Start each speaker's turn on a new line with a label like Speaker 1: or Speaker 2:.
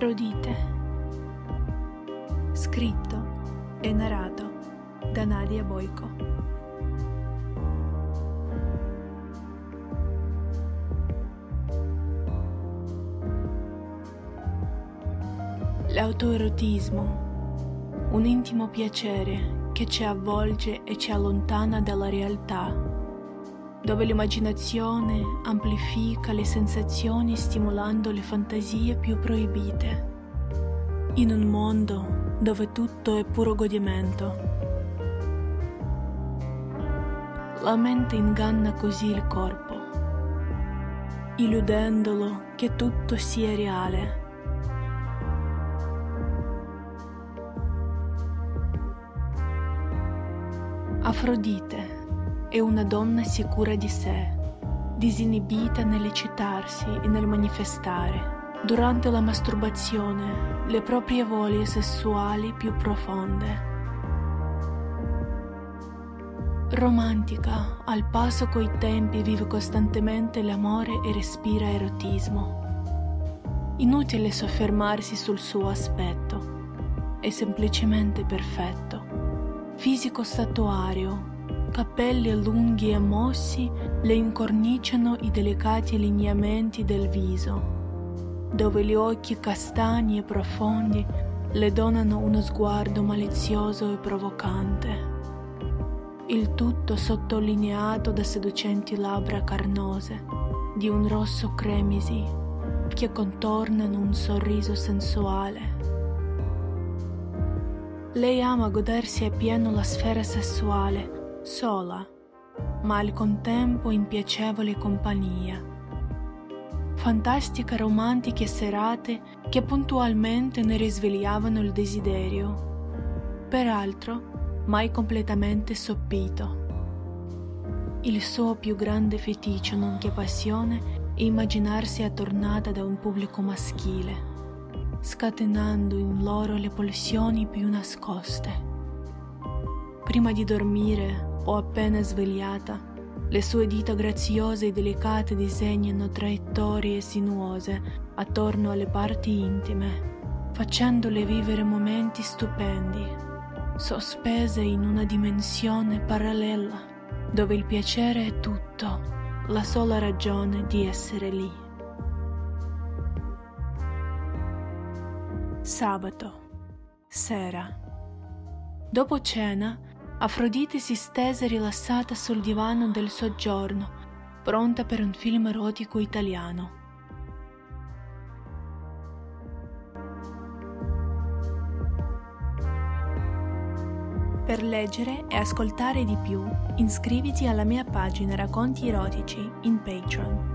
Speaker 1: Afrodite. Scritto e narrato da Nadia Boyko. L'autoerotismo, un intimo piacere che ci avvolge e ci allontana dalla realtà, dove l'immaginazione amplifica le sensazioni stimolando le fantasie più proibite, in un mondo dove tutto è puro godimento. La mente inganna così il corpo, illudendolo che tutto sia reale. Afrodite è una donna sicura di sé, disinibita nell'eccitarsi e nel manifestare, durante la masturbazione, le proprie voglie sessuali più profonde. Romantica, al passo coi tempi vive costantemente l'amore e respira erotismo. Inutile soffermarsi sul suo aspetto, è semplicemente perfetto. Fisico statuario, capelli lunghi e mossi le incorniciano i delicati lineamenti del viso, dove gli occhi castani e profondi le donano uno sguardo malizioso e provocante. Il tutto sottolineato da seducenti labbra carnose di un rosso cremisi che contornano un sorriso sensuale. Lei ama godersi appieno la sfera sessuale, sola, ma al contempo in piacevole compagnia. Fantastiche romantiche serate che puntualmente ne risvegliavano il desiderio, peraltro mai completamente soppito. Il suo più grande feticcio, nonché passione, è immaginarsi attornata da un pubblico maschile, scatenando in loro le pulsioni più nascoste. Prima di dormire o appena svegliata, le sue dita graziose e delicate disegnano traiettorie sinuose attorno alle parti intime, facendole vivere momenti stupendi, sospese in una dimensione parallela, dove il piacere è tutto, la sola ragione di essere lì. Sabato, sera. Dopo cena, Afrodite si stese rilassata sul divano del soggiorno, pronta per un film erotico italiano. Per leggere e ascoltare di più, iscriviti alla mia pagina Racconti Erotici in Patreon.